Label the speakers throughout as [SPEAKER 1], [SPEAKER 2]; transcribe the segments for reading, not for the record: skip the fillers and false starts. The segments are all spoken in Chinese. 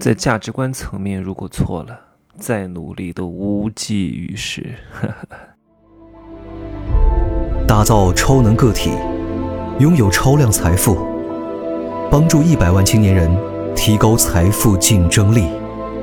[SPEAKER 1] 在价值观层面如果错了，再努力都无济于事。
[SPEAKER 2] 打造超能个体，拥有超量财富，帮助100万青年人提高财富竞争力。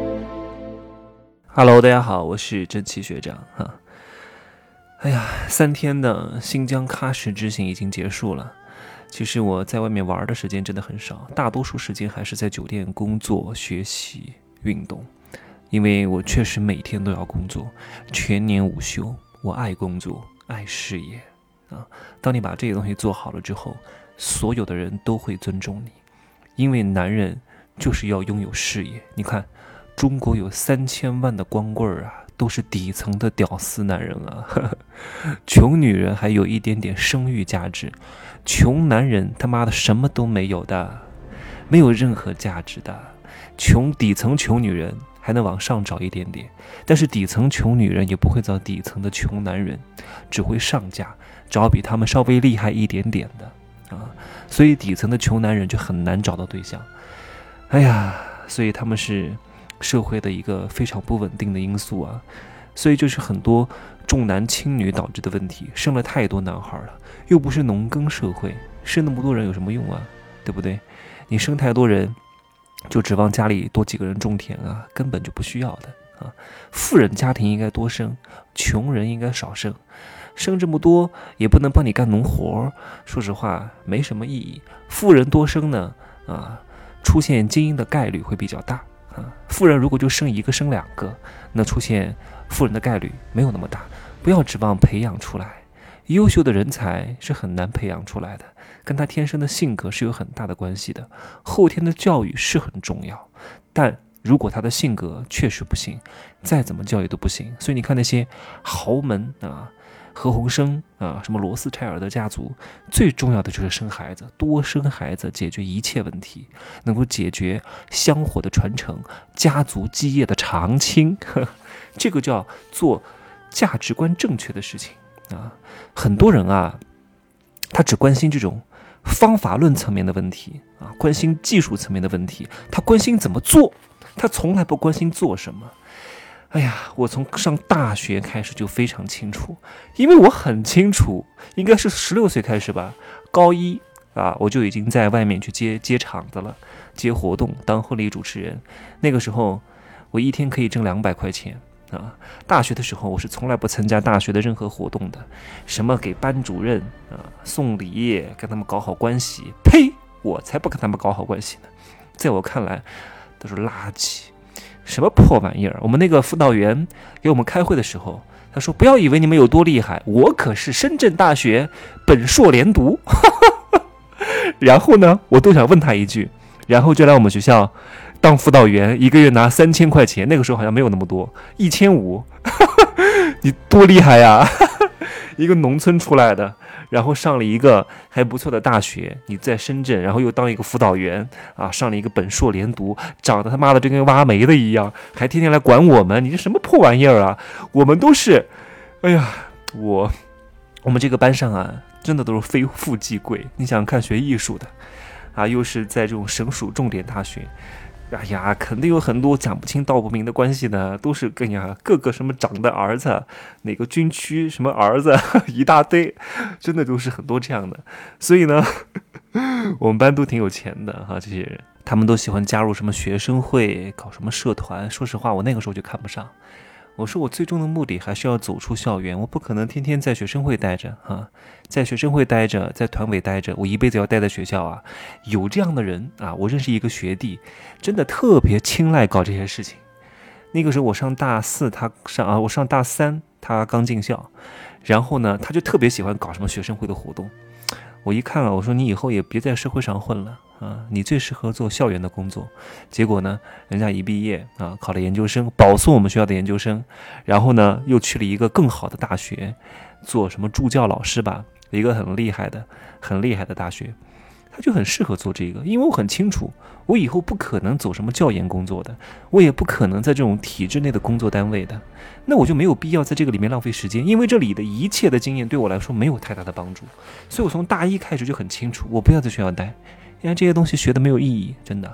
[SPEAKER 1] Hello， 大家好，我是真奇学长哈。3天的新疆喀什之行已经结束了。其实我在外面玩的时间真的很少，大多数时间还是在酒店工作、学习、运动。因为我确实每天都要工作，全年无休。我爱工作，爱事业啊。当你把这些东西做好了之后，所有的人都会尊重你，因为男人就是要拥有事业。你看，中国有3000万的光棍啊，都是底层的屌丝男人啊。穷女人还有一点点生育价值，穷男人他妈的什么都没有的，没有任何价值的。底层穷女人还能往上找一点点，但是底层穷女人也不会找底层的穷男人，只会上架找比他们稍微厉害一点点的啊。所以底层的穷男人就很难找到对象。所以他们是社会的一个非常不稳定的因素啊。所以就是很多重男轻女导致的问题，生了太多男孩了，又不是农耕社会，生那么多人有什么用啊？对不对？你生太多人就指望家里多几个人种田啊，根本就不需要的啊。富人家庭应该多生，穷人应该少生。生这么多也不能帮你干农活，说实话没什么意义。富人多生呢出现基因的概率会比较大啊。富人如果就生一个生2个，那出现富人的概率没有那么大。不要指望培养出来，优秀的人才是很难培养出来的，跟他天生的性格是有很大的关系的。后天的教育是很重要，但如果他的性格确实不行，再怎么教育都不行。所以你看那些豪门啊，何鸿燊啊，什么罗斯柴尔德家族，最重要的就是生孩子，多生孩子解决一切问题，能够解决香火的传承，家族基业的长青。这个叫做价值观正确的事情啊。很多人啊，他只关心这种方法论层面的问题啊，关心技术层面的问题，他关心怎么做，他从来不关心做什么。我从上大学开始就非常清楚，因为我很清楚，应该是16岁开始吧，高一啊，我就已经在外面去接场子了，接活动，当婚礼主持人。那个时候我一天可以挣200块钱啊。大学的时候我是从来不参加大学的任何活动的，什么给班主任送礼，跟他们搞好关系，呸，我才不跟他们搞好关系呢。在我看来都是垃圾，什么破玩意儿。我们那个辅导员给我们开会的时候，他说不要以为你们有多厉害，我可是深圳大学本硕连读。然后呢，我都想问他一句，然后就来我们学校当辅导员，一个月拿3000块钱，那个时候好像没有那么多，1500。你多厉害呀！一个农村出来的，然后上了一个还不错的大学，你在深圳，然后又当一个辅导员啊，上了一个本硕连读，长得他妈的就跟挖煤的一样，还天天来管我们，你这什么破玩意儿啊？我们都是，我们这个班上啊，真的都是非富即贵。你想看学艺术的啊，又是在这种省属重点大学，肯定有很多讲不清道不明的关系的，都是各个什么长的儿子，哪个军区什么儿子，一大堆，真的都是很多这样的。所以呢，我们班都挺有钱的哈，这些人他们都喜欢加入什么学生会，搞什么社团。说实话，我那个时候就看不上。我说我最终的目的还是要走出校园，我不可能天天在学生会待着在学生会待着，在团委待着，我一辈子要待在学校啊。有这样的人啊，我认识一个学弟，真的特别青睐搞这些事情。那个时候我上大4，我上大3，他刚进校，然后呢，他就特别喜欢搞什么学生会的活动。我一看我说你以后也别在社会上混了啊，你最适合做校园的工作。结果呢，人家一毕业啊，考了研究生，保送我们学校的研究生，然后呢，又去了一个更好的大学，做什么助教老师吧，一个很厉害的大学。他就很适合做这个，因为我很清楚，我以后不可能走什么教研工作的，我也不可能在这种体制内的工作单位的，那我就没有必要在这个里面浪费时间，因为这里的一切的经验对我来说没有太大的帮助，所以我从大一开始就很清楚，我不要在学校待，因为这些东西学的没有意义，真的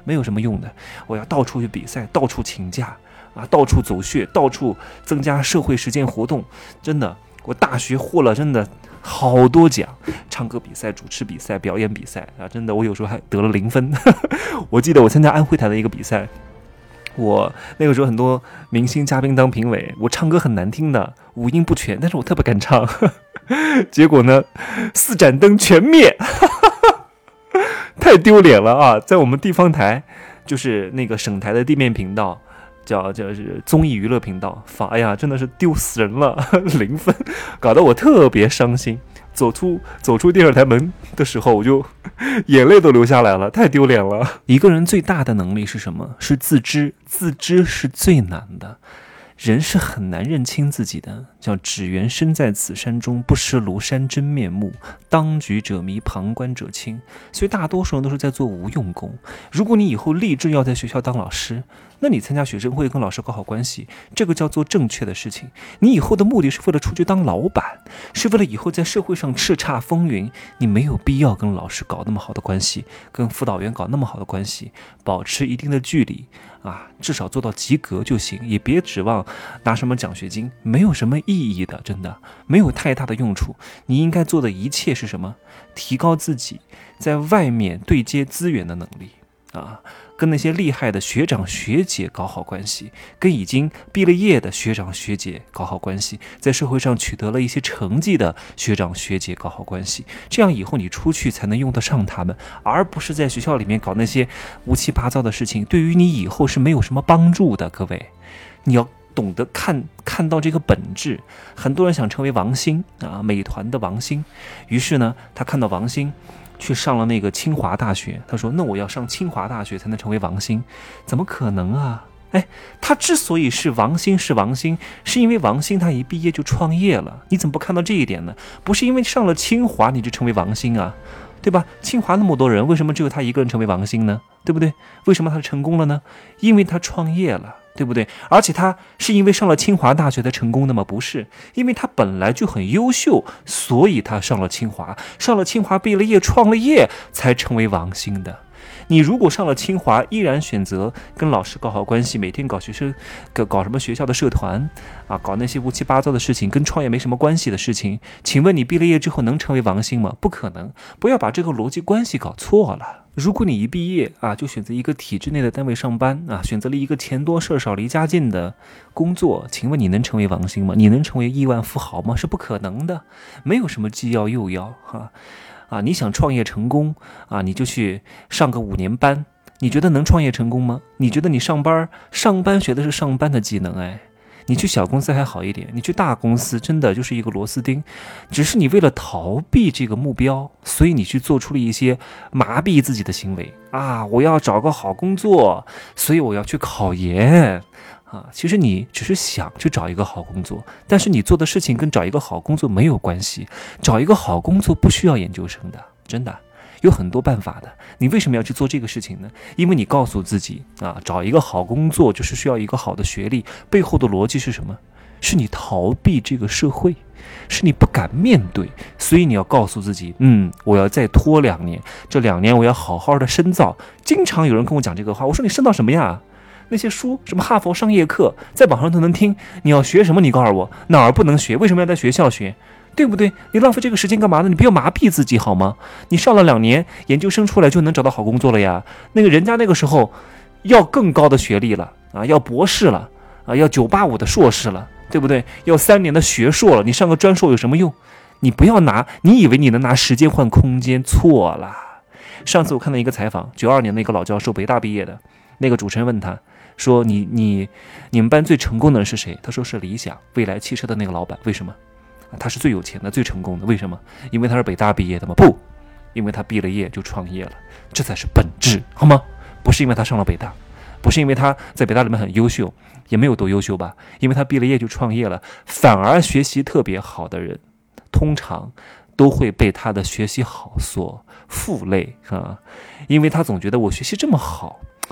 [SPEAKER 1] 没有什么用的。我要到处去比赛，到处请假啊，到处走穴，到处增加社会实践活动。真的，我大学获了真的好多奖，唱歌比赛、主持比赛、表演比赛啊，真的我有时候还得了0分。我记得我参加安徽台的一个比赛，我那个时候很多明星嘉宾当评委，我唱歌很难听的，五音不全，但是我特别敢唱。结果呢，4盏灯全灭，太丢脸了啊！在我们地方台，就是那个省台的地面频道，是综艺娱乐频道，哎呀，真的是丢死人了，0分，搞得我特别伤心。走出电视台门的时候，我就眼泪都流下来了，太丢脸了。一个人最大的能力是什么？是自知，自知是最难的。人是很难认清自己的，叫只缘身在此山中，不识庐山真面目，当局者迷，旁观者清。所以大多数人都是在做无用功。如果你以后立志要在学校当老师，那你参加学生会，跟老师搞好关系，这个叫做正确的事情。你以后的目的是为了出去当老板，是为了以后在社会上叱咤风云，你没有必要跟老师搞那么好的关系，跟辅导员搞那么好的关系，保持一定的距离啊，至少做到及格就行，也别指望拿什么奖学金，没有什么意义的，真的没有太大的用处。你应该做的一切是什么？提高自己在外面对接资源的能力啊，跟那些厉害的学长学姐搞好关系，跟已经毕了业的学长学姐搞好关系，在社会上取得了一些成绩的学长学姐搞好关系，这样以后你出去才能用得上他们，而不是在学校里面搞那些乌七八糟的事情，对于你以后是没有什么帮助的。各位，你要懂得看到这个本质。很多人想成为王兴啊，美团的王兴，于是呢，他看到王兴去上了那个清华大学，他说那我要上清华大学才能成为王兴，怎么可能啊？他之所以是王兴，是因为王兴他一毕业就创业了。你怎么不看到这一点呢？不是因为上了清华你就成为王兴啊，对吧？清华那么多人，为什么只有他一个人成为王兴呢？对不对？为什么他成功了呢？因为他创业了，对不对？而且他是因为上了清华大学才成功的吗？不是，因为他本来就很优秀，所以他上了清华毕了业创了业才成为王兴的。你如果上了清华，依然选择跟老师搞好关系，每天搞什么学校的社团啊，搞那些乌七八糟的事情，跟创业没什么关系的事情，请问你毕了业之后能成为王兴吗？不可能。不要把这个逻辑关系搞错了。如果你一毕业啊，就选择一个体制内的单位上班啊，选择了一个钱多事少离家近的工作，请问你能成为王兴吗？你能成为亿万富豪吗？是不可能的。没有什么既要又要你想创业成功啊，你就去上个5年班，你觉得能创业成功吗？你觉得你上班学的是上班的技能，你去小公司还好一点，你去大公司真的就是一个螺丝钉，只是你为了逃避这个目标，所以你去做出了一些麻痹自己的行为啊！我要找个好工作，所以我要去考研啊！其实你只是想去找一个好工作，但是你做的事情跟找一个好工作没有关系。找一个好工作不需要研究生的，真的。有很多办法的，你为什么要去做这个事情呢？因为你告诉自己啊，找一个好工作就是需要一个好的学历，背后的逻辑是什么？是你逃避这个社会，是你不敢面对，所以你要告诉自己，我要再拖2年，这2年我要好好的深造。经常有人跟我讲这个话，我说你深造什么呀？那些书，什么哈佛商业课，在网上都能听，你要学什么？你告诉我哪儿不能学？为什么要在学校学？对不对？你浪费这个时间干嘛呢？你不要麻痹自己好吗？你上了2年研究生出来就能找到好工作了呀。那个人家那个时候要更高的学历了啊，要博士了啊，要985的硕士了，对不对？要3年的学硕了，你上个专硕有什么用？你不要你以为你能拿时间换空间，错了。上次我看到一个采访，92年的一个老教授，北大毕业的，那个主持人问他说：“你们班最成功的人是谁？”他说是理想未来汽车的那个老板。为什么？他是最有钱的，最成功的。为什么？因为他是北大毕业的吗？不，因为他毕了业就创业了，这才是本质，好吗？不是因为他上了北大，不是因为他在北大里面很优秀，也没有多优秀吧，因为他毕了业就创业了。反而学习特别好的人，通常都会被他的学习好所负累啊，因为他总觉得我学习这么好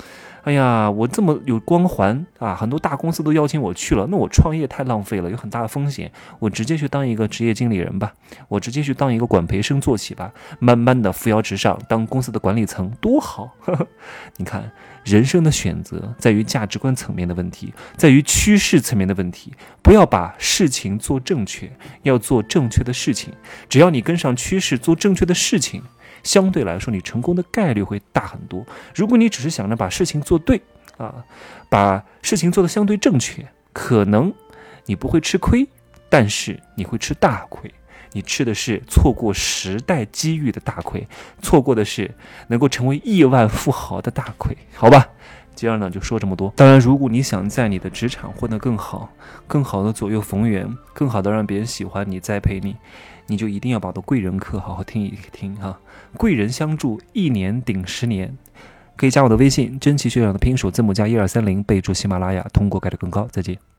[SPEAKER 1] 哎呀，我这么有光环啊，很多大公司都邀请我去了，那我创业太浪费了，有很大的风险，我直接去当一个职业经理人吧，我直接去当一个管培生做起吧，慢慢的扶摇直上，当公司的管理层多好。你看，人生的选择在于价值观层面的问题，在于趋势层面的问题，不要把事情做正确，要做正确的事情，只要你跟上趋势做正确的事情，相对来说你成功的概率会大很多。如果你只是想着把事情做对啊，把事情做得相对正确，可能你不会吃亏，但是你会吃大亏。你吃的是错过时代机遇的大亏，错过的是能够成为亿万富豪的大亏，好吧？今儿呢就说这么多。当然，如果你想在你的职场混得更好，更好的左右逢源，更好的让别人喜欢你、栽培你，你就一定要把我的贵人课好好听一听哈。贵人相助，1年顶10年。可以加我的微信，真奇学长的拼手字母加1230，备注喜马拉雅，通过概率更高。再见。